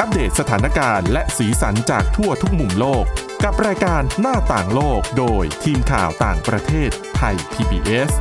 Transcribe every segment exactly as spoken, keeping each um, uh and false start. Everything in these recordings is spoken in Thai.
อัปเดตสถานการณ์และสีสันจากทั่วทุกมุมโลกกับรายการหน้าต่างโลกโดยทีมข่าวต่างประเทศไทย พี บี เอส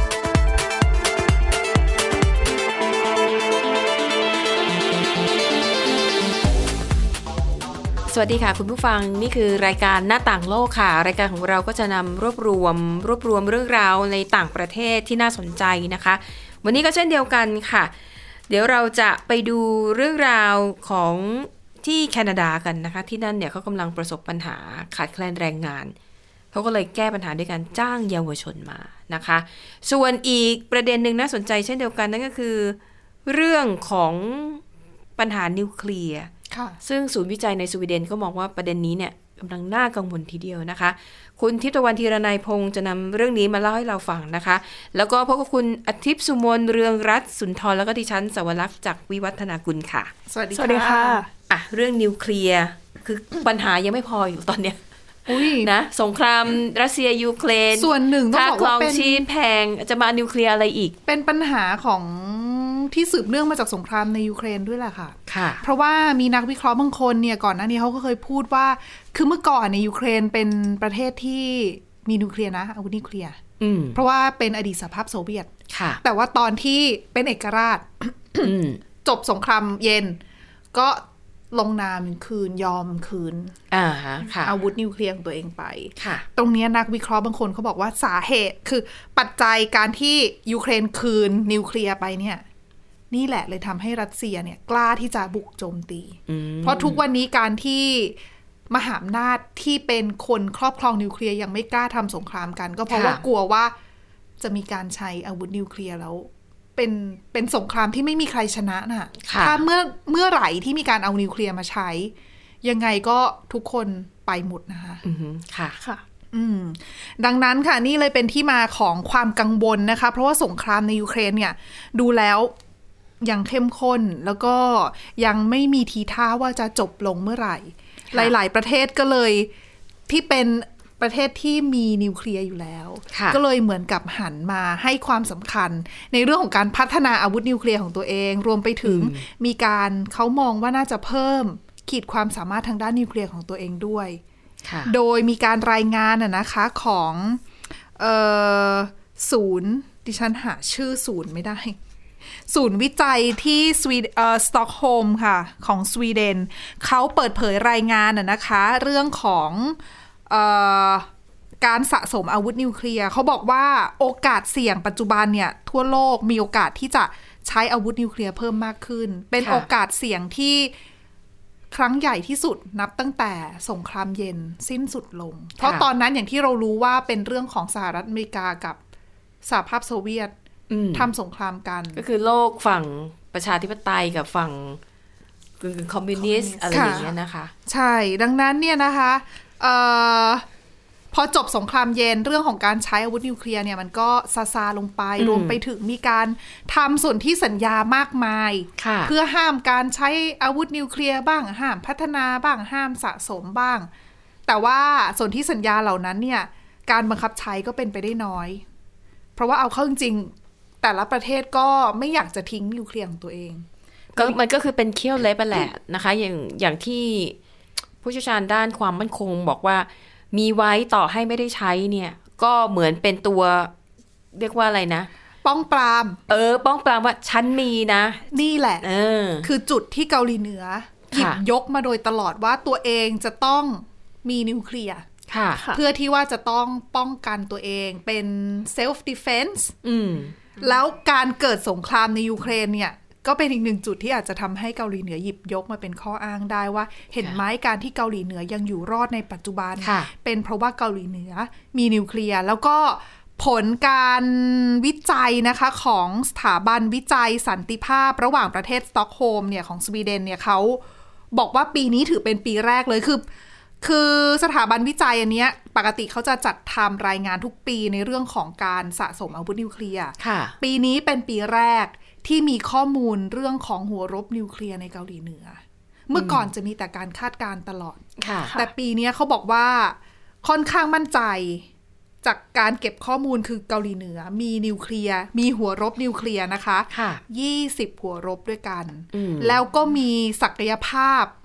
สวัสดีค่ะคุณผู้ฟังนี่คือรายการหน้าต่างโลกค่ะรายการของเราก็จะนำรวบรวมรวบรวมเรื่องราวในต่างประเทศที่น่าสนใจนะคะวันนี้ก็เช่นเดียวกันค่ะเดี๋ยวเราจะไปดูเรื่องราวของที่แคนาดากันนะคะที่นั่นเนี่ยเขากำลังประสบปัญหาขาดแคลนแรงงานเขาก็เลยแก้ปัญหาด้วยการจ้างเยาวชนมานะคะส่วนอีกประเด็นหนึ่งน่าสนใจเช่นเดียวกันนั่นก็คือเรื่องของปัญหานิวเคลียร์ซึ่งศูนย์วิจัยในสวีเดนก็มองว่าประเด็นนี้เนี่ยกำลังน่ากังวลทีเดียวนะคะคุณทิพย์ตะวันธีรนัยพงษ์จะนำเรื่องนี้มาเล่าให้เราฟังนะคะแล้วก็พบกับคุณอาทิตย์สุมนเรืองรัตน์สุนทรแล้วก็ดิฉันสวรักษ์จากวิวัฒนากุลค่ะสวัสดีค่ะอ่ะเรื่องนิวเคลียร์คือปัญหายังไม่พออยู่ตอนเนี้ยนะสงครามรัสเซียยูเครนส่วนหนึ่งต้องบอกว่าเป็นชีพแพงจะมานิวเคลียร์อะไรอีกเป็นปัญหาของที่สืบเนื่องมาจากสงครามในยูเครนด้วยแหละค่ะค่ะเพราะว่ามีนักวิเคราะห์บางคนเนี่ยก่อนหน้านี้เขาก็เคยพูดว่าคือเมื่อก่อนในยูเครนเป็นประเทศที่มีนิวเคลียร์นะอาวุธนิวเคลียร์เพราะว่าเป็นอดีตสหภาพโซเวียตแต่ว่าตอนที่เป็นเอกราช จบสงครามเย็นก็ลงนามคืนยอมคืนอ่าค่ะอาวุธนิวเคลียร์ของตัวเองไปค่ะตรงนี้นักวิเคราะห์บางคนเขาบอกว่าสาเหตุคือปัจจัยการที่ยูเครนคืนนิวเคลียร์ไปเนี่ยนี่แหละเลยทำให้รัสเซียเนี่ยกล้าที่จะบุกโจมตีเพราะทุกวันนี้การที่มหาอำนาจที่เป็นคนครอบครองนิวเคลียร์ยังไม่กล้าทำสงครามกันก็เพราะว่ากลัวว่าจะมีการใช้อาวุธนิวเคลียร์แล้วเป็นเป็นสงครามที่ไม่มีใครชนะน่ะถ้าเมื่อเมื่อไหร่ที่มีการเอานิวเคลียร์มาใช้ยังไงก็ทุกคนไปหมดนะคะอือค่ะค่ะอืมดังนั้นค่ะนี่เลยเป็นที่มาของความกังวลนะคะเพราะว่าสงครามในยูเครนเนี่ยดูแล้วยังเข้มข้นแล้วก็ยังไม่มีทีท่าว่าจะจบลงเมื่อไหร่หลายๆประเทศก็เลยที่เป็นประเทศที่มีนิวเคลียร์อยู่แล้วก็เลยเหมือนกับหันมาให้ความสำคัญในเรื่องของการพัฒนาอาวุธนิวเคลียร์ของตัวเองรวมไปถึงมีการเขามองว่าน่าจะเพิ่มขีดความสามารถทางด้านนิวเคลียร์ของตัวเองด้วยโดยมีการรายงานน่ะนะคะของเอ่อศูนย์ดิฉันหาชื่อศูนย์ไม่ได้ศูนย์วิจัยที่สวีเอ่อสต็อกโฮล์มค่ะของสวีเดนเขาเปิดเผยรายงานน่ะนะคะเรื่องของเอ่อการสะสมอาวุธนิวเคลียร์เขาบอกว่าโอกาสเสี่ยงปัจจุบันเนี่ยทั่วโลกมีโอกาสที่จะใช้อาวุธนิวเคลียร์เพิ่มมากขึ้นเป็นโอกาสเสี่ยงที่ครั้งใหญ่ที่สุดนับตั้งแต่สงครามเย็นสิ้นสุดลงเพราะตอนนั้นอย่างที่เรารู้ว่าเป็นเรื่องของสหรัฐอเมริกากับสหภาพโซเวียตทำสงครามกันก็คือโลกฝั่งประชาธิปไตยกับฝั่งคือคอมมิวนิสต์อะไรอย่างเงี้ยนะคะใช่ดังนั้นเนี่ยนะคะเอ่อพอจบสงครามเย็นเรื่องของการใช้อาวุธนิวเคลียร์เนี่ยมันก็ซาซาลงไปรวมไปถึงมีการทำส่วนที่สัญญามากมายเพื่อห้ามการใช้อาวุธนิวเคลียร์บ้างห้ามพัฒนาบ้างห้ามสะสมบ้างแต่ว่าส่วนที่สัญญาเหล่านั้นเนี่ยการบังคับใช้ก็เป็นไปได้น้อยเพราะว่าเอาเข้าจริงๆแต่ละประเทศก็ไม่อยากจะทิ้งนิวเคลียร์ของตัวเองก็มันก็คือเป็นเขี้ยวเล็บแหละนะคะอย่างอย่างที่ผู้เชี่ยวชาญด้านความมั่นคงบอกว่ามีไว้ต่อให้ไม่ได้ใช้เนี่ยก็เหมือนเป็นตัวเรียกว่าอะไรนะป้องปรามเออป้องปรามว่าฉันมีนะนี่แหละเออคือจุดที่เกาหลีเหนือหยิบยกมาโดยตลอดว่าตัวเองจะต้องมีนิวเคลียร์เพื่อที่ว่าจะต้องป้องกันตัวเองเป็น self defense อืมแล้วการเกิดสงครามในยูเครนเนี่ยก็เป็นอีกหนึ่งจุดที่อาจจะทำให้เกาหลีเหนือหยิบยกมาเป็นข้ออ้างได้ว่าเห็นไหมการที่เกาหลีเหนือยังอยู่รอดในปัจจุบันเป็นเพราะว่าเกาหลีเหนือมีนิวเคลียร์แล้วก็ผลการวิจัยนะคะของสถาบันวิจัยสันติภาพระหว่างประเทศสต็อกโฮล์มเนี่ยของสวีเดนเนี่ยเขาบอกว่าปีนี้ถือเป็นปีแรกเลยคือคือสถาบันวิจัยอันเนี้ยปกติเขาจะจัดทำรายงานทุกปีในเรื่องของการสะสมอาวุธนิวเคลียร์ปีนี้เป็นปีแรกที่มีข้อมูลเรื่องของหัวรบนิวเคลียร์ในเกาหลีเหนือเมื่อก่อนจะมีแต่การคาดการณ์ตลอดแต่ปีนี้เขาบอกว่าค่อนข้างมั่นใจจากการเก็บข้อมูลคือเกาหลีเหนือมีนิวเคลียร์มีหัวรบนิวเคลียร์นะคะยี่สิบหัวรบด้วยกันแล้วก็มีศักยภาพ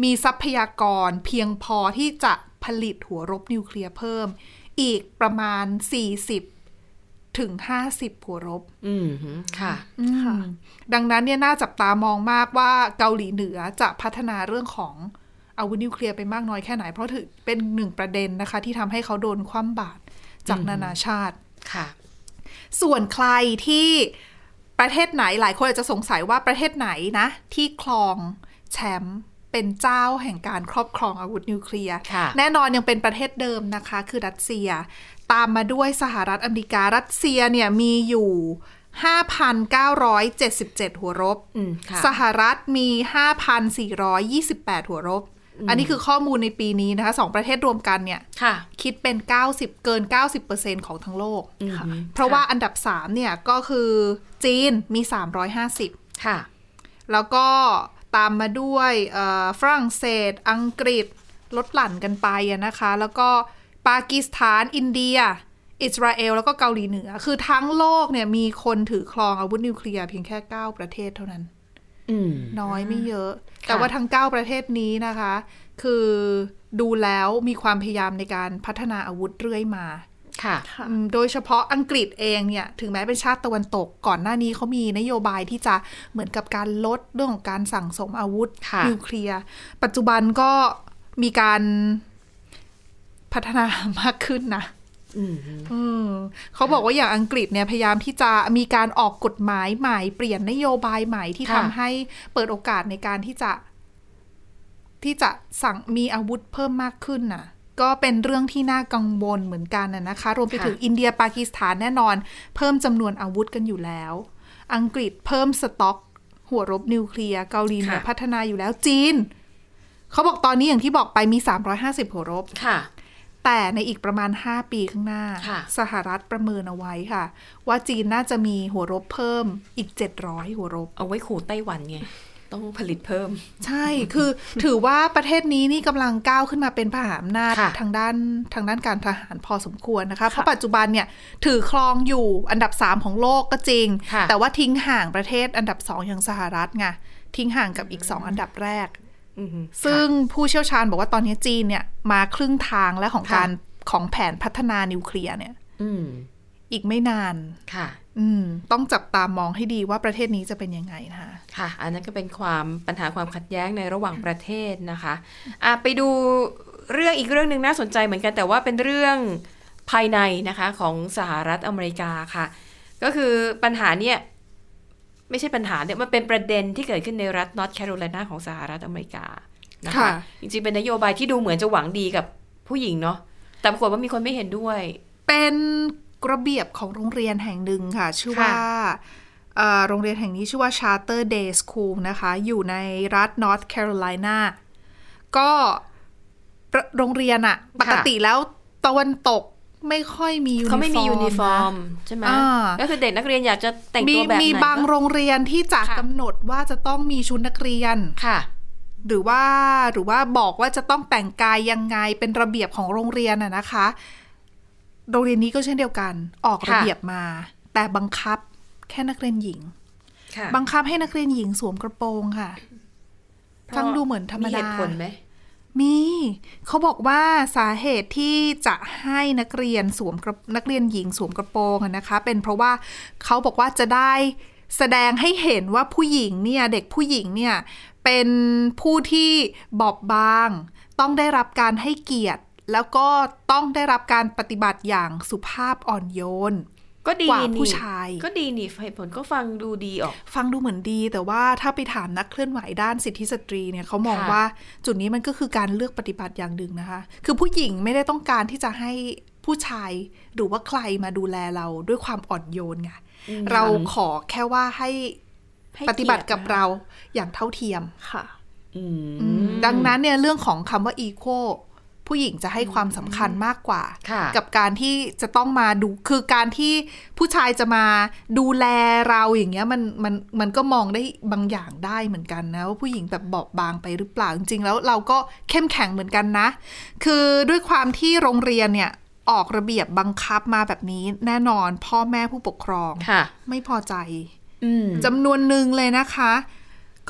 มีทรัพยากรเพียงพอที่จะผลิตหัวรบนิวเคลียร์เพิ่มอีกประมาณสี่สิบถึงห้าสิบหัวรบอืมค่ะค่ะดังนั้นเนี่ยน่าจับตามองมากว่าเกาหลีเหนือจะพัฒนาเรื่องของอาวุธนิวเคลียร์ไปมากน้อยแค่ไหนเพราะถือเป็นหนึ่งประเด็นนะคะที่ทำให้เขาโดนคว่ำบาตรจากนานาชาติค่ะส่วนใครที่ประเทศไหนหลายคนอาจจะสงสัยว่าประเทศไหนนะที่ครองแชมป์เป็นเจ้าแห่งการครอบครองอาวุธนิวเคลียร์แน่นอนยังเป็นประเทศเดิมนะคะคือรัสเซียตามมาด้วยสหรัฐอเมริการัสเซียเนี่ยมีอยู่ ห้าพันเก้าร้อยเจ็ดสิบเจ็ด หัวรบสหรัฐมี ห้าพันสี่ร้อยยี่สิบแปด หัวรบอันนี้คือข้อมูลในปีนี้นะคะสองประเทศรวมกันเนี่ยคิดเป็นเก้าสิบเกิน เก้าสิบเปอร์เซ็นต์ ของทั้งโลกเพราะว่าอันดับสามเนี่ยก็คือจีนมีสามร้อยห้าสิบค่ะแล้วก็ตามมาด้วยฝรั่งเศสอังกฤษลดหลั่นกันไปนะคะแล้วก็ปากีสถานอินเดียอิสราเอลแล้วก็เกาหลีเหนือคือทั้งโลกเนี่ยมีคนถือครองอาวุธนิวเคลียร์เพียงแค่เก้าประเทศเท่านั้นน้อยไม่เยอะแต่ว่าทั้งเก้าประเทศนี้นะคะคือดูแล้วมีความพยายามในการพัฒนาอาวุธเรื่อยมาค่ะโดยเฉพาะอังกฤษเองเนี่ยถึงแม้เป็นชาติตะวันตกก่อนหน้านี้เขามีนโยบายที่จะเหมือนกับการลดเรื่องของการสั่งสมอาวุธนิวเคลียร์ปัจจุบันก็มีการพัฒนามากขึ้นนะเขาบอกว่าอย่างอังกฤษเนี่ยพยายามที่จะมีการออกกฎหมายใหม่เปลี่ยนนโยบายใหม่ที่ทำให้เปิดโอกาสในการที่จะที่จะสั่งมีอาวุธเพิ่มมากขึ้นน่ะก็เป็นเรื่องที่น่ากังวลเหมือนกันนะคะรวมไปถึงอินเดียปากีสถานแน่นอนเพิ่มจำนวนอาวุธกันอยู่แล้วอังกฤษเพิ่มสต็อกหัวรบนิวเคลียร์เกาหลีเหนือพัฒนาอยู่แล้วจีนเขาบอกตอนนี้อย่างที่บอกไปมีสามร้อยห้าสิบหัวรบค่ะแต่ในอีกประมาณห้าปีข้างหน้าสหรัฐประเมินเอาไว้ค่ะว่าจีนน่าจะมีหัวรบเพิ่มอีกเจ็ดร้อยหัวรบเอาไว้ขู่ไต้หวันไงต้องผลิตเพิ่มใช่คือถือว่าประเทศนี้นี่กำลังก้าวขึ้นมาเป็นมหาอำนาจทางด้านทางด้านการทหารพอสมควรนะคะเพราะปัจจุบันเนี่ยถือครองอยู่อันดับสามของโลกก็จริงแต่ว่าทิ้งห่างประเทศอันดับสองอย่างสหรัฐไงทิ้งห่างกับอีกสองอันดับแรกซึ่งผู้เชี่ยวชาญบอกว่าตอนนี้จีนเนี่ยมาครึ่งทางและของการของแผนพัฒนานิวเคลียร์เนี่ยอีกไม่นานค่ะต้องจับตามองให้ดีว่าประเทศนี้จะเป็นยังไงนะคะค่ะอันนั้นก็เป็นความปัญหาความขัดแย้งในระหว่างประเทศนะคะอ่ะไปดูเรื่องอีกเรื่องนึงน่าสนใจเหมือนกันแต่ว่าเป็นเรื่องภายในนะคะของสหรัฐอเมริกาค่ะก็คือปัญหาเนี่ยไม่ใช่ปัญหาเนี่ยมันเป็นประเด็นที่เกิดขึ้นในรัฐนอร์ทแคโรไลนาของสหรัฐอเมริกานะคะจริงๆเป็นนโยบายที่ดูเหมือนจะหวังดีกับผู้หญิงเนาะแต่ปรากฏว่ามีคนไม่เห็นด้วยเป็นระเบียบของโรงเรียนแห่งหนึ่งค่ะชื่อว่าโรงเรียนแห่งนี้ชื่อว่า Charter Day School นะคะอยู่ในรัฐ North Carolina ก็โรงเรียนอะปกติแล้วตะวันตกไม่ค่อยมียูนิฟอร์มเขาไม่มียูนิฟอร์มใช่ไหมก็คือเด็กนักเรียนอยากจะแต่งตัวแบบไหนมีบางโรงเรียนที่จะกำหนดว่าจะต้องมีชุดนักเรียนค่ะหรือว่าหรือว่าบอกว่าจะต้องแต่งกายยังไงเป็นระเบียบของโรงเรียนอะนะคะโรงเรียนนี้ก็เช่นเดียวกันออกระเบียบมาแต่บังคับแค่นักเรียนหญิงบังคับให้นักเรียนหญิงสวมกระโปรงค่ะฟังดูเหมือนธรรมดามีเหตุผลไหมมีเขาบอกว่าสาเหตุที่จะให้นักเรียนสวมนักเรียนหญิงสวมกระโปรงนะคะเป็นเพราะว่าเขาบอกว่าจะได้แสดงให้เห็นว่าผู้หญิงเนี่ยเด็กผู้หญิงเนี่ยเป็นผู้ที่บอบบางต้องได้รับการให้เกียรติแล้วก็ต้องได้รับการปฏิบัติอย่างสุภาพอ่อนโยนก็ดีกว่าผู้ชายก็ดีนี่เหตุผลก็ฟังดูดีออกฟังดูเหมือนดีแต่ว่าถ้าไปถามนักเคลื่อนไหวด้านสิทธิสตรีเนี่ยเขามองว่าจุดนี้มันก็คือการเลือกปฏิบัติอย่างหนึ่งนะคะคือผู้หญิงไม่ได้ต้องการที่จะให้ผู้ชายหรือว่าใครมาดูแลเราด้วยความอ่อนโยนไงเราขอแค่ว่าให้ปฏิบัติกับเราอย่างเท่าเทียมค่ะดังนั้นเนี่ยเรื่องของคำว่า equal ผู้หญิงจะให้ความสำคัญมากกว่ากับการที่จะต้องมาดูคือการที่ผู้ชายจะมาดูแลเราอย่างเงี้ยมันมันมันก็มองได้บางอย่างได้เหมือนกันนะว่าผู้หญิงแบบบอบบางไปหรือเปล่าจริงๆแล้วเราก็เข้มแข็งเหมือนกันนะคือด้วยความที่โรงเรียนเนี่ยออกระเบียบบังคับมาแบบนี้แน่นอนพ่อแม่ผู้ปกครองไม่พอใจจำนวนหนึ่งเลยนะคะ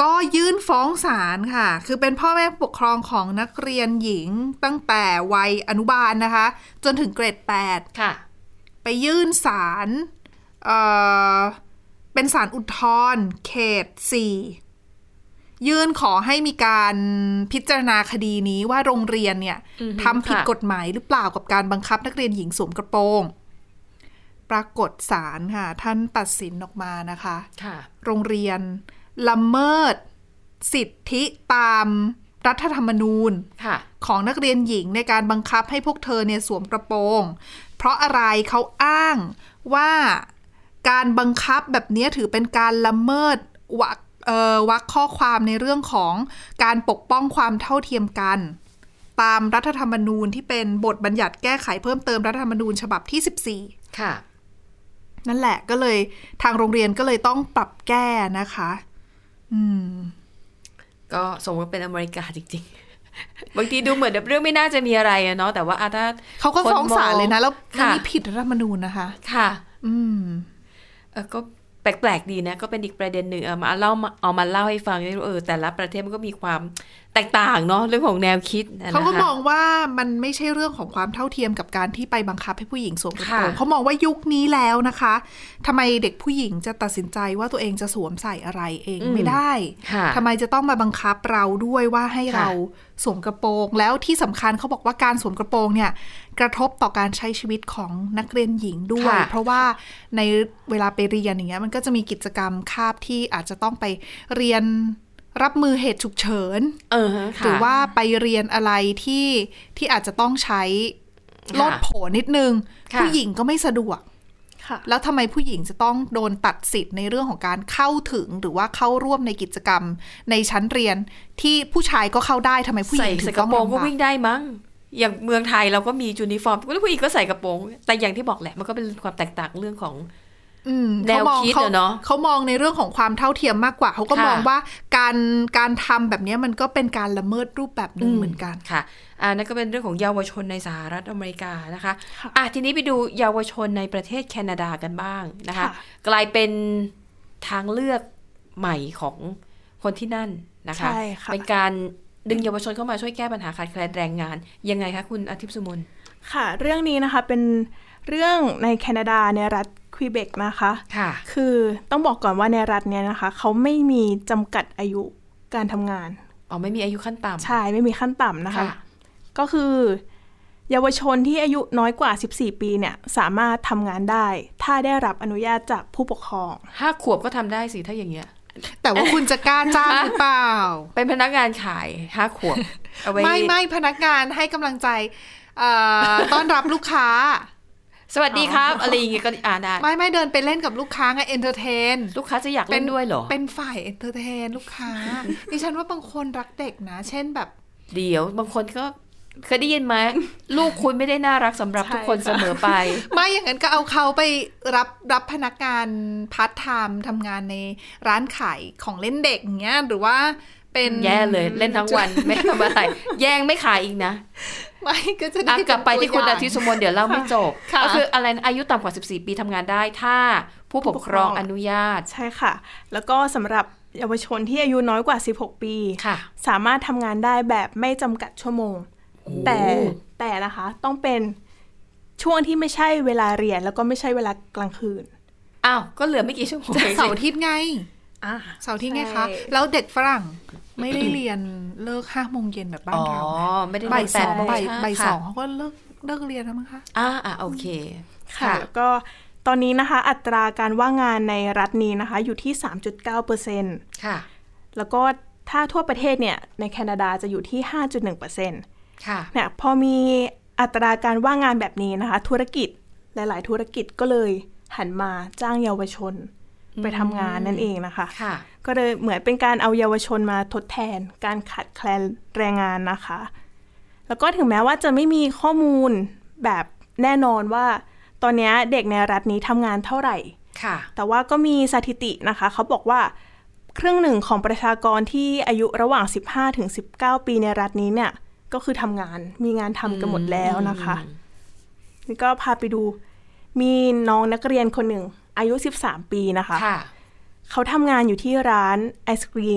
ก็ยื่นฟ้องศาลค่ะคือเป็นพ่อแม่ปกครองของนักเรียนหญิงตั้งแต่วัยอนุบาลนะคะจนถึงเกรดแปดค่ะไปยื่นศาลเอ่อเป็นศาลอุทธรณ์เขตสี่ยื่นขอให้มีการพิจารณาคดีนี้ว่าโรงเรียนเนี่ยทำผิดกฎหมายหรือเปล่ากับการบังคับนักเรียนหญิงสวมกระโปรงปรากฏศาลค่ะท่านตัดสินออกมานะคะโรงเรียนละเมิดสิทธิตามรัฐธรรมนูญของนักเรียนหญิงในการบังคับให้พวกเธอเนี่ยสวมกระโปรงเพราะอะไรเขาอ้างว่าการบังคับแบบนี้ถือเป็นการละเมิดวรรคเอ่อวรรคข้อความในเรื่องของการปกป้องความเท่าเทียมกันตามรัฐธรรมนูญที่เป็นบทบัญญัติแก้ไขเพิ่มเติมรัฐธรรมนูญฉบับที่สิบสี่ค่ะนั่นแหละก็เลยทางโรงเรียนก็เลยต้องปรับแก้นะคะอืมก็สมมติเป็นอเมริกาจริงๆบางทีดูเหมือนเรื่องไม่น่าจะมีอะไรอะเนาะแต่ว่าถ้าเขาก็ฟ้องศาลเลยนะแล้วนี่ผิดรัฐธรรมนูญนะคะค่ะอืมเออก็แปลกๆดีนะก็เป็นอีกประเด็นหนึ่งเอามาเล่าเอามาเล่าให้ฟังเออแต่ละประเทศมันก็มีความแตกต่างเนาะเรื่องของแนวคิดนะคะเขาก็มองว่ามันไม่ใช่เรื่องของความเท่าเทียมกับการที่ไปบังคับให้ผู้หญิงสวมกระโปรงเขามองว่ายุคนี้แล้วนะคะทำไมเด็กผู้หญิงจะตัดสินใจว่าตัวเองจะสวมใส่อะไรเองไม่ได้ทำไมจะต้องมาบังคับเราด้วยว่าให้เราสวมกระโปรงแล้วที่สำคัญเขาบอกว่าการสวมกระโปรงเนี่ยกระทบต่อการใช้ชีวิตของนักเรียนหญิงด้วยเพราะว่าในเวลาไปเรียนอย่างเงี้ยมันก็จะมีกิจกรรมคาบที่อาจจะต้องไปเรียนรับมือเหตุฉุกเฉินเออหรือว่าไปเรียนอะไรที่ที่อาจจะต้องใช้ลดโผนิดนึงผู้หญิงก็ไม่สะดวกแล้วทำไมผู้หญิงจะต้องโดนตัดสิทธิ์ในเรื่องของการเข้าถึงหรือว่าเข้าร่วมในกิจกรรมในชั้นเรียนที่ผู้ชายก็เข้าได้ทำไมผู้หญิงถึงต้องลำบากใส่กระโปรงก็วิ่งได้มั้งอย่างเมืองไทยเราก็มียูนิฟอร์มผู้หญิงก็ใส่กระโปรงแต่อย่างที่บอกแหละมันก็เป็นความแตกต่างเรื่องของแนวคิดเนาะเขามองในเรื่องของความเท่าเทียมมากกว่าเขาก็มองว่าการการทำแบบนี้มันก็เป็นการละเมิดรูปแบบนึงเหมือนกันค่ะอ่านั่นก็เป็นเรื่องของเยาวชนในสหรัฐอเมริกานะคะอ่ะทีนี้ไปดูเยาวชนในประเทศแคนาดากันบ้างนะคะกลายเป็นทางเลือกใหม่ของคนที่นั่นนะคะเป็นการดึงเยาวชนเข้ามาช่วยแก้ปัญหาขาดแคลนแรงงานยังไงคะคุณอาทิตย์สุมนค่ะเรื่องนี้นะคะเป็นเรื่องในแคนาดาในรัฐควีเบกนะคะค่ะคือต้องบอกก่อนว่าในรัฐเนี้ยนะคะเขาไม่มีจำกัดอายุการทำงานอ๋อไม่มีอายุขั้นต่ำใช่ไม่มีขั้นต่ำนะคะก็คือเยาวชนที่อายุน้อยกว่าสิบสี่ปีเนี่ยสามารถทำงานได้ถ้าได้รับอนุญาตจากผู้ปกครองห้าขวบก็ทำได้สิถ้าอย่างเงี้ยแต่ว่าคุณจะกล้าจ้างหรือเปล่าเป็นพนักงานขายห้าขวบไม่ไม่พนักงานให้กำลังใจต้อนรับลูกค้าสวัสดีครับอะไรอย่างเงี้ยก็อ่าได้ไม่ไม่เดินไปเล่นกับลูกค้าไงเอนเตอร์เทนลูกค้าจะอยากเล่นด้วยเหรอเป็นฝ่ายเอนเตอร์เทนลูกค้าดิฉันว่าบางคนรักเด็กนะเช่นแบบเดี๋ยวบางคนก็เคยได้ยินไหมลูกคุณไม่ได้น่ารักสำหรับทุกคนเสมอไปไม่อย่างนั้นก็เอาเขาไปรับรับพนักงานพาร์ทไทม์ทำงานในร้านขายของเล่นเด็กอย่างเงี้ยหรือว่าเป็นแย่เลยเล่นทั้งวันไม่ทำอะไรแย่งไม่ขายอีกนะไม่ก็จะได้กลับไปที่คุณอาทิตย์สมนเดี๋ยวเล่าไม่จบก็คืออะไรอายุต่ำกว่าสิบสี่ปีทำงานได้ถ้าผู้ปกครองอนุญาตใช่ค่ะแล้วก็สำหรับเยาวชนที่อายุน้อยกว่าสิบหกปีสามารถทำงานได้แบบไม่จำกัดชั่วโมงแต่แต่นะคะต้องเป็นช่วงที่ไม่ใช่เวลาเรียนแล้วก็ไม่ใช่เวลากลางคืนอ้าวก็เหลือไม่กี่ชั่วโมงเสาร์อาทิตย์ไงอ่าเสาร์อาทิตย์ไงคะแล้วเด็กฝรั่งไม่ได้เรียนเลิกห้าโมงเย็นแบบบ้านเราอ๋อไม่ได้บ่ายสองบ่ายบ่ายสองเขาก็เลิกเลิกเรียนแล้วมั้งคะอ่าอ่าโอเคค่ะแล้วก็ตอนนี้นะคะอัตราการว่างงานในรัฐนี้นะคะอยู่ที่ สามจุดเก้าเปอร์เซ็นต์ค่ะแล้วก็ถ้าทั่วประเทศเนี่ยในแคนาดาจะอยู่ที่ ห้าจุดหนึ่งเปอร์เซ็นต์ค่ะเนี่ยพอมีอัตราการว่างงานแบบนี้นะคะธุรกิจหลายๆธุรกิจก็เลยหันมาจ้างเยาวชนไปทำงานนั่นเองนะคะค่ะก็เลยเหมือนเป็นการเอาเยาวชนมาทดแทนการขาดแคลนแรงงานนะคะแล้วก็ถึงแม้ว่าจะไม่มีข้อมูลแบบแน่นอนว่าตอนนี้เด็กในรัฐนี้ทำงานเท่าไหร่ค่ะแต่ว่าก็มีสถิตินะคะเขาบอกว่าครึ่งหนึ่งของประชากรที่อายุระหว่าง สิบห้าถึงสิบเก้า ปีในรัฐนี้เนี่ยก็คือทำงานมีงานทำกันหมดแล้วนะคะนี่ก็พาไปดูมีน้องนักเรียนคนหนึ่งอายุสิบสามปีนะคะค่ะเขาทำงานอยู่ที่ร้านไอศกรีม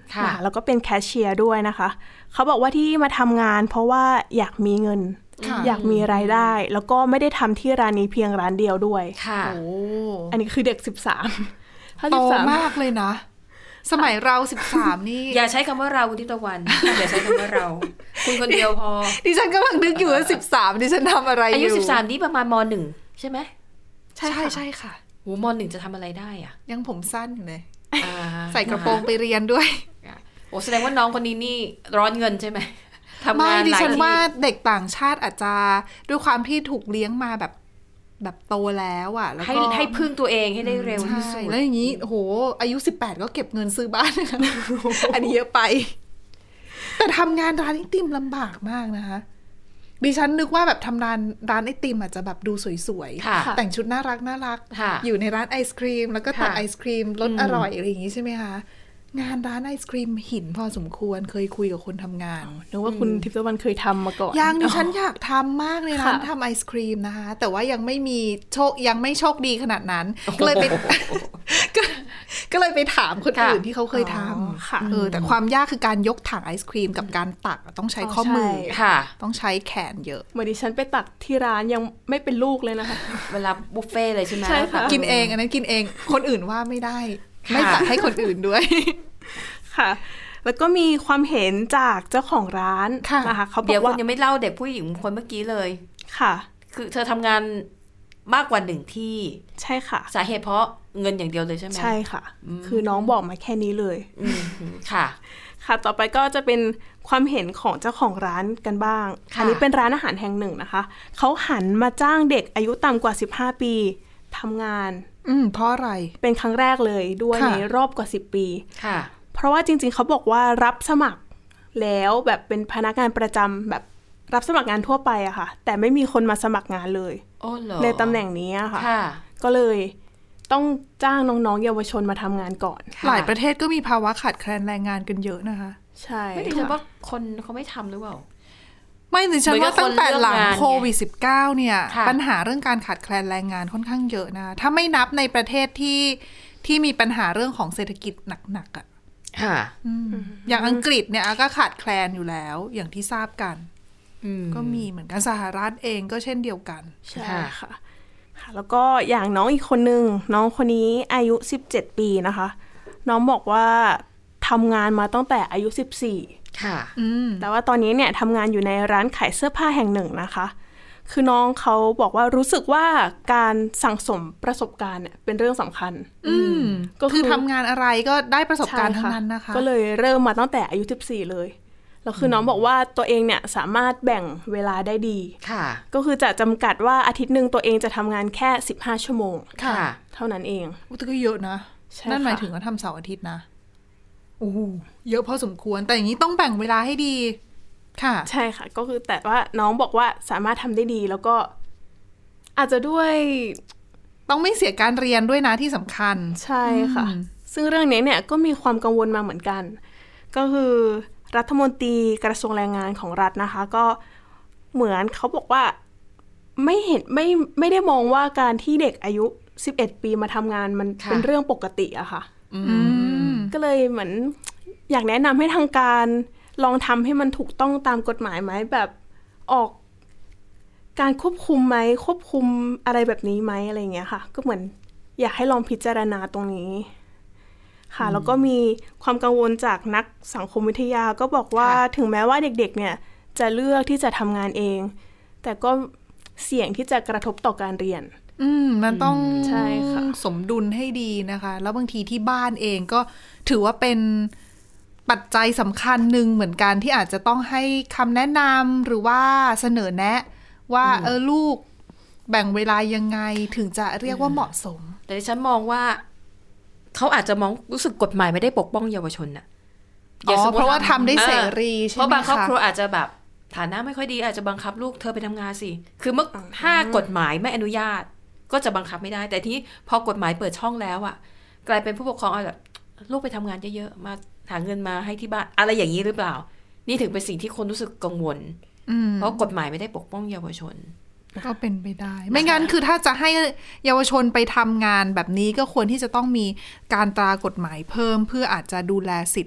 ค่ะแล้วก็เป็นแคชเชียร์ด้วยนะคะเขาบอกว่าที่มาทำงานเพราะว่าอยากมีเงิน อยากมีรายได้แล้วก็ไม่ได้ทำที่ร้านนี้เพียงร้านเดียวด้วยค่ะโอ้อันนี้คือเด็กสิบสามโตมากเลยนะสมัยเราสิบสามนี่อย่าใช้คำว่าเราคุณทิพย์ตะวันอย่าใช้คำว่าเราคุณคนเดียวพอดิฉันกำลังนึกอยู่ว่าสิบสามดิฉันทำอะไรอยู่อายุสิบสามนี่ประมาณม.หนึ่งใช่ไหมใช่ใช่ค่ะโหม.หนึ่งจะทำอะไรได้อ่ะยังผมสั้นอยู่เลยใส่กระโปรงไปเรียนด้วยโอ้แสดงว่าน้องคนนี้นี่ร้อนเงินใช่ไหมทำงานหลายที่ไม่ดิฉันว่าเด็กต่างชาติอาจจะด้วยความที่ถูกเลี้ยงมาแบบแบบโตแล้วอ่ะแล้วก็ให้ให้พึ่งตัวเองให้ได้เร็วที่สุดแล้วอย่างนี้โหอายุสิบแปดก็เก็บเงินซื้อบ้าน อันนี้เยอะไปแต่ทำงานร้านไอติมลำบากมากนะคะดิฉันนึกว่าแบบทำร้านร้านไอติมอาจจะแบบดูสวยๆแต่งชุดน่ารักน่ารักอยู่ในร้านไอศครีมแล้วก็ตักไอศครีมรสอร่อยอะไรอย่างนี้ใช่ไหมคะงานร้านไอศครีมหินพอสมควรเคยคุยกับคนทำงานนึกว่าคุณทิพย์ตะวันเคยทำมาก่อนยังดิฉันอยากทำมากเลยร้านทำไอศครีมนะคะแต่ว่ายังไม่มีโชคยังไม่โชคดีขนาดนั้นก็เลยไปก็เลยไปถามคนอื่นที่เขาเคยทำเออแต่ความยากคือการยกถังไอศครีมกับการตักต้องใช้ข้อมือต้องใช้แขนเยอะเมื่อดิฉันไปตักที่ร้านยังไม่เป็นลูกเลยนะคะเวลาบุฟเฟ่เลยใช่ไหมใช่ค่ะกินเองอันนั้นกินเองคนอื่นว่าไม่ได้ไม่ตักให้คนอื่นด้วยค่ะแล้วก็มีความเห็นจากเจ้าของร้านนะคะเขาบอกว่าเดี๋ยวคุณยังไม่เล่าเด็กผู้หญิงคนเมื่อกี้เลยค่ะคือเธอทำงานมากกว่าหนึ่งที่ใช่ค่ะสาเหตุเพราะเงินอย่างเดียวเลยใช่ไหมใช่ค่ะคือน้องบอกมาแค่นี้เลยค่ะค่ะต่อไปก็จะเป็นความเห็นของเจ้าของร้านกันบ้างอันนี้เป็นร้านอาหารแห่งหนึ่งนะคะเขาหันมาจ้างเด็กอายุต่ำกว่าสิบห้าปีทำงานอืมเพราะอะไรเป็นครั้งแรกเลยด้วยในรอบกว่าสิบปีค่ะเพราะว่าจริงๆเขาบอกว่ารับสมัครแล้วแบบเป็นพนักงานประจำแบบรับสมัครงานทั่วไปอะค่ะแต่ไม่มีคนมาสมัครงานเลยในตำแหน่งนี้อะค่ะก็เลยต้องจ้างน้องๆเยาวชนมาทำงานก่อนหลายประเทศก็มีภาวะขาดแคลนแรงงานกันเยอะนะคะใช่ไม่ได้คิดว่าคนเขาไม่ทำหรือเปล่าไม่ดิฉันว่าตั้งแต่หลังโควิด สิบเก้า เนี่ยปัญหาเรื่องการขาดแคลนแรงงานค่อนข้างเยอะนะถ้าไม่นับในประเทศที่ที่มีปัญหาเรื่องของเศรษฐกิจหนักๆอะค่ะอย่างอังกฤษเนี่ยก็ขาดแคลนอยู่แล้วอย่างที่ทราบกันก็มีเหมือนกันสหรัฐเองก็เช่นเดียวกันใช่ค่ะค่ะแล้วก็อย่างน้องอีกคนนึงน้องคนนี้อายุสิบเจ็ดปีนะคะน้องบอกว่าทำงานมาตั้งแต่อายุสิบสี่ค่ะแต่ว่าตอนนี้เนี่ยทำงานอยู่ในร้านขายเสื้อผ้าแห่งหนึ่งนะคะคือน้องเขาบอกว่ารู้สึกว่าการสั่งสมประสบการณ์เนี่ยเป็นเรื่องสำคัญก็คือทำงานอะไรก็ได้ประสบการณ์ทั้งนั้นนะคะก็เลยเริ่มมาตั้งแต่อายุสิบสี่เลยแล้วคือน้องบอกว่าตัวเองเนี่ยสามารถแบ่งเวลาได้ดีค่ะก็คือจะจำกัดว่าอาทิตย์นึงตัวเองจะทำงานแค่สิบห้าชั่วโมงค่ะเท่านั้นเองอุ๊ยแต่ก็เยอะนะนั่นหมายถึงว่าทำเสาร์อาทิตย์นะโอ้เยอะพอสมควรแต่อย่างนี้ต้องแบ่งเวลาให้ดีค่ะใช่ค่ะก็คือแต่ว่าน้องบอกว่าสามารถทำได้ดีแล้วก็อาจจะด้วยต้องไม่เสียการเรียนด้วยนะที่สำคัญใช่ค่ะซึ่งเรื่องนี้เนี่ยก็มีความกังวลมาเหมือนกันก็คือรัฐมนตรีกระทรวงแรงงานของรัฐนะคะก็เหมือนเขาบอกว่าไม่เห็นไม่ไม่ได้มองว่าการที่เด็กอายุสิบเอ็ดปีมาทำงานมันเป็นเรื่องปกติอะค่ะก็เลยเหมือนอยากแนะนำให้ทางการลองทำให้มันถูกต้องตามกฎหมายไหมแบบออกการควบคุมไหมควบคุมอะไรแบบนี้ไหมอะไรอย่างเงี้ยค่ะก็เหมือนอยากให้ลองพิจารณาตรงนี้ค่ะแล้วก็มีความกังวลจากนักสังคมวิทยาก็บอกว่าถึงแม้ว่าเด็กๆเนี่ยจะเลือกที่จะทำงานเองแต่ก็เสี่ยงที่จะกระทบต่อการเรียนอืมมันต้องใช่ค่ะสมดุลให้ดีนะคะแล้วบางทีที่บ้านเองก็ถือว่าเป็นปัจจัยสำคัญหนึ่งเหมือนกันที่อาจจะต้องให้คำแนะนำหรือว่าเสนอแนะว่าเออลูกแบ่งเวลายังไงถึงจะเรียกว่าเหมาะสมแต่ฉันมองว่าเขาอาจจะมองรู้สึกกฎหมายไม่ได้ปกป้องเยาวชนน่ะอ๋อเพราะว่าทำได้เสรีใช่ไหมคะเพราะบางครอบครัวอาจจะแบบฐานะไม่ค่อยดีอาจจะบังคับลูกเธอไปทำงานสิคือเมื่อถ้ากฎหมายไม่อนุญาตก็จะบังคับไม่ได้แต่ที่พอกฎหมายเปิดช่องแล้วอ่ะกลายเป็นผู้ปกครองเอาแบบลูกไปทำงานเยอะๆมาหาเงินมาให้ที่บ้านอะไรอย่างนี้หรือเปล่านี่ถึงเป็นสิ่งที่คนรู้สึกกังวลเพราะกฎหมายไม่ได้ปกป้องเยาวชนก็เป็นไปได้ไม่งั้นคือถ้าจะให้เยาวชนไปทำงานแบบนี้ก็ควรที่จะต้องมีการตรากฎหมายเพิ่มเพื่ออาจจะดูแลสิทธิ์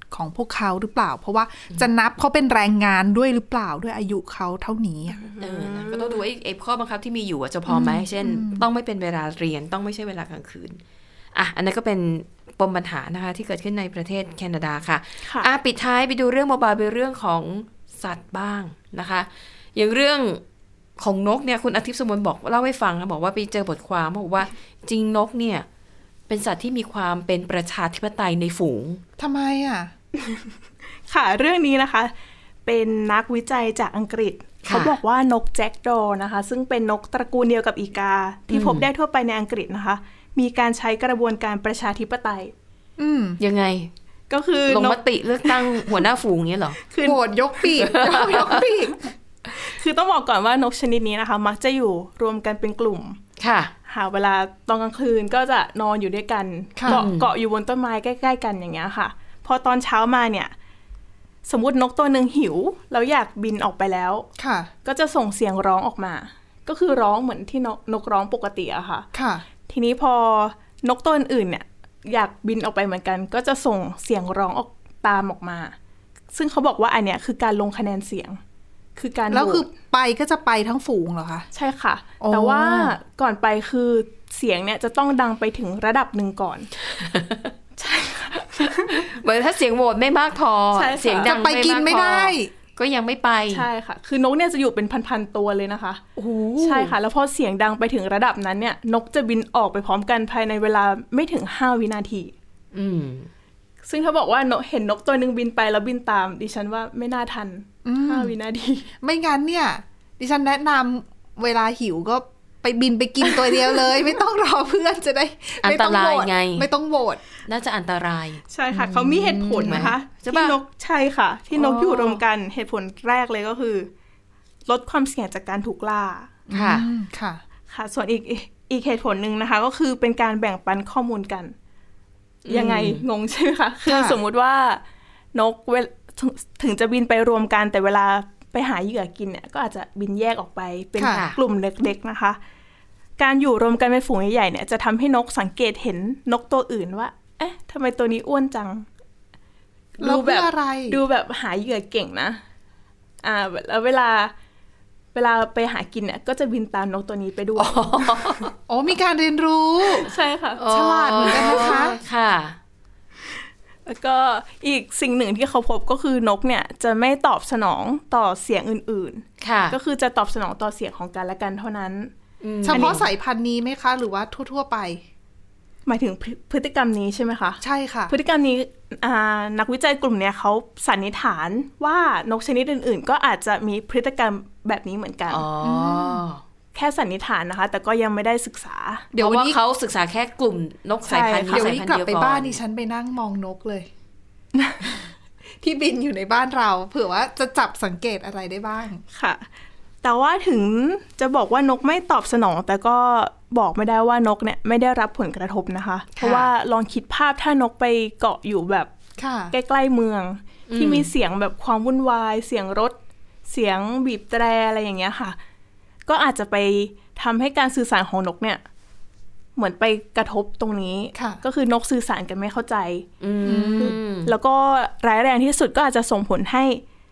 ของพวกเขาหรือเปล่าเพราะว่าจะนับเขาเป็นแรงงานด้วยหรือเปล่าด้วยอายุเขาเท่านี้เออนะก็ต้องดูไอ้ไอ้ข้อบังคับที่มีอยู่จะพอไหมเช่นต้องไม่เป็นเวลาเรียนต้องไม่ใช่เวลากลางคืนอ่ะอันนั้นก็เป็นปมปัญหานะคะที่เกิดขึ้นในประเทศแคนาดาค่ะอ่ะปิดท้ายไปดูเรื่องโมบายเป็นเรื่องของสัตว์บ้างนะคะอย่างเรื่องของนกเนี่ยคุณอาทิตย์สมบูรณ์บอกเล่าให้ฟังนะบอกว่าไปเจอบทความบอกว่าจริงนกเนี่ยเป็นสัตว์ที่มีความเป็นประชาธิปไตยในฝูงทำไมอ่ะค่ะเรื่องนี้นะคะเป็นนักวิจัยจากอังกฤษเขาบอกว่านกแจ็คดอนะคะซึ่งเป็นนกตระกูลเดียวกับอีกาที่พบได้ทั่วไปในอังกฤษนะคะมีการใช้กระบวนการประชาธิปไตยอืมยังไงก็คือลงมติเลือกตั้งหัวหน้าฝูงเงี้ยเหรอคือโหวตยกปีกยกปีกคือต้องบอกก่อนว่านกชนิดนี้นะคะมักจะอยู่รวมกันเป็นกลุ่มค่ะหาเวลาตอนกลางคืนก็จะนอนอยู่ด้วยกันเกาะเกาะอยู่บนต้นไม้ใกล้ๆกันอย่างเงี้ยค่ะพอตอนเช้ามาเนี่ยสมมุตินกตัวนึงหิวแล้วอยากบินออกไปแล้วค่ะก็จะส่งเสียงร้องออกมาก็คือร้องเหมือนที่นกนกร้องปกติอะค่ะค่ะทีนี้พอนกตัวอื่นเนี่ยอยากบินออกไปเหมือนกันก็จะส่งเสียงร้องออกตามออกมาซึ่งเขาบอกว่าอันเนี้ยคือการลงคะแนนเสียงคือการแล้วคือไปก็จะไปทั้งฝูงเหรอคะใช่ค่ะแต่ว่าก่อนไปคือเสียงเนี่ยจะต้องดังไปถึงระดับหนึ่งก่อนใช่ค่ะเหมือนถ้าเสียงโหวตไม่มากพอเสียงดังไปกินไม่ได้ก็ยังไม่ไปใช่ค่ะคือนกเนี่ยจะอยู่เป็นพันๆตัวเลยนะคะโอ้โหใช่ค่ะแล้วพอเสียงดังไปถึงระดับนั้นเนี่ยนกจะบินออกไปพร้อมกันภายในเวลาไม่ถึงห้าวินาทีอืมซึ่งถ้าบอกว่านกเห็นนกตัวนึงบินไปแล้วบินตามดิฉันว่าไม่น่าทันห้าวินาทีไม่งั้นเนี่ยดิฉันแนะนำเวลาหิวก็ไปบินไปกินตัวเดียวเลยไม่ต้องรอเพื่อนจะได้อันตรายไงไม่ต้องโหวตน่าจะอันตรายใช่ค่ะเขามีเหตุผลนะคะที่นกใช่ค่ะที่นกอยู่รวมกันเหตุผลแรกเลยก็คือลดความเสี่ยงจากการถูกล่าค่ะค่ะค่ะส่วนอีกอีกเหตุผลหนึ่งนะคะก็คือเป็นการแบ่งปันข้อมูลกันยังไงงงใช่ไหมคะคือสมมุติว่านกถึงจะบินไปรวมกันแต่เวลาไปหาเหยื่อกินเนี่ยก็อาจจะบินแยกออกไปเป็นกลุ่มเล็กๆนะคะการอยู่รวมกันเป็นฝูงใหญ่ๆเนี่ยจะทำให้นกสังเกตเห็นนกตัวอื่นว่าเอ๊ะทำไมตัวนี้อ้วนจังดูแบบดูแบบหาเหยื่อเก่งนะอ่าแล้วเวลาเวลาไปหากินเนี่ยก็จะบินตามนกตัวนี้ไปด้วยอ๋อมีการเรียนรู้ใช่ค่ะฉลาดเหมือนกันนะคะค่ะแล้วก็อีกสิ่งหนึ่งที่เขาพบก็คือนกเนี่ยจะไม่ตอบสนองต่อเสียงอื่นๆค่ะก็คือจะตอบสนองต่อเสียงของกันและกันเท่านั้นเฉพาะสายพันธุ์นี้ไหมคะหรือว่าทั่วๆไปหมายถึงพฤติกรรมนี้ใช่ไหมคะใช่ค่ะพฤติกรรมนี้นักวิจัยกลุ่มนี้เขาสันนิษฐานว่านกชนิดอื่นๆก็อาจจะมีพฤติกรรมแบบนี้เหมือนกันแค่สันนิษฐานนะคะแต่ก็ยังไม่ได้ศึกษาเดี๋ยววันนี้เขาศึกษาแค่กลุ่มนกสายพันธุ์นี้เดี๋ยวนี้กลับไปบ้านดิฉันไปนั่งมองนกเลยที่บินอยู่ในบ้านเราเผื่อว่าจะจับสังเกตอะไรได้บ้างค่ะแต่ว่าถึงจะบอกว่านกไม่ตอบสนองแต่ก็บอกไม่ได้ว่านกเนี่ยไม่ได้รับผลกระทบนะคะเพราะว่าลองคิดภาพถ้านกไปเกาะอยู่แบบใกล้ๆเมืองที่มีเสียงแบบความวุ่นวายเสียงรถเสียงบีบแตรอะไรอย่างเงี้ยค่ะก็อาจจะไปทำให้การสื่อสารของนกเนี่ยเหมือนไปกระทบตรงนี้ก็คือนกสื่อสารกันไม่เข้าใจแล้วก็ร้ายแรงที่สุดก็อาจจะส่งผลให้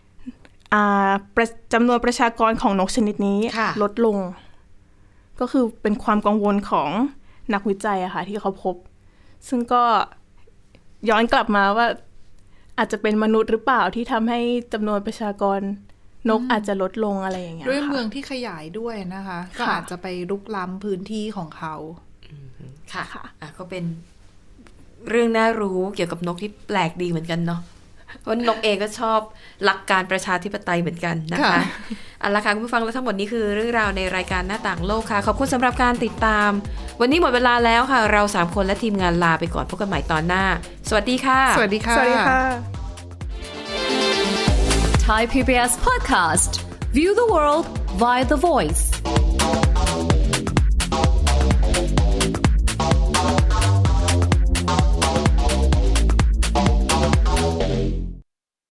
จำนวนประชากรของนกชนิดนี้ลดลงก็คือเป็นความกังวลของนักวิจัยอะค่ะที่เขาพบซึ่งก็ย้อนกลับมาว่าอาจจะเป็นมนุษย์หรือเปล่าที่ทำให้จำนวนประชากรนกอาจจะลดลงอะไรอย่างเงี้ยด้วยเมืองที่ขยายด้วยนะคะก็อาจจะไปรุกล้ำพื้นที่ของเขาค่ะอ่ะก็เป็นเรื่องน่ารู้เกี่ยวกับนกที่แปลกดีเหมือนกันเนาะเพราะนกเองก็ชอบหลักการประชาธิปไตยเหมือนกันนะคะเอาละค่ะคุณผู้ฟังและทั้งหมดนี้คือเรื่องราวในรายการหน้าต่างโลกค่ะขอบคุณสำหรับการติดตามวันนี้หมดเวลาแล้วค่ะเราสามคนและทีมงานลาไปก่อนพบกันใหม่ตอนหน้าสวัสดีค่ะสวัสดีค่ะสวัสดีค่ะ Thai พี บี เอส Podcast View the world via the voice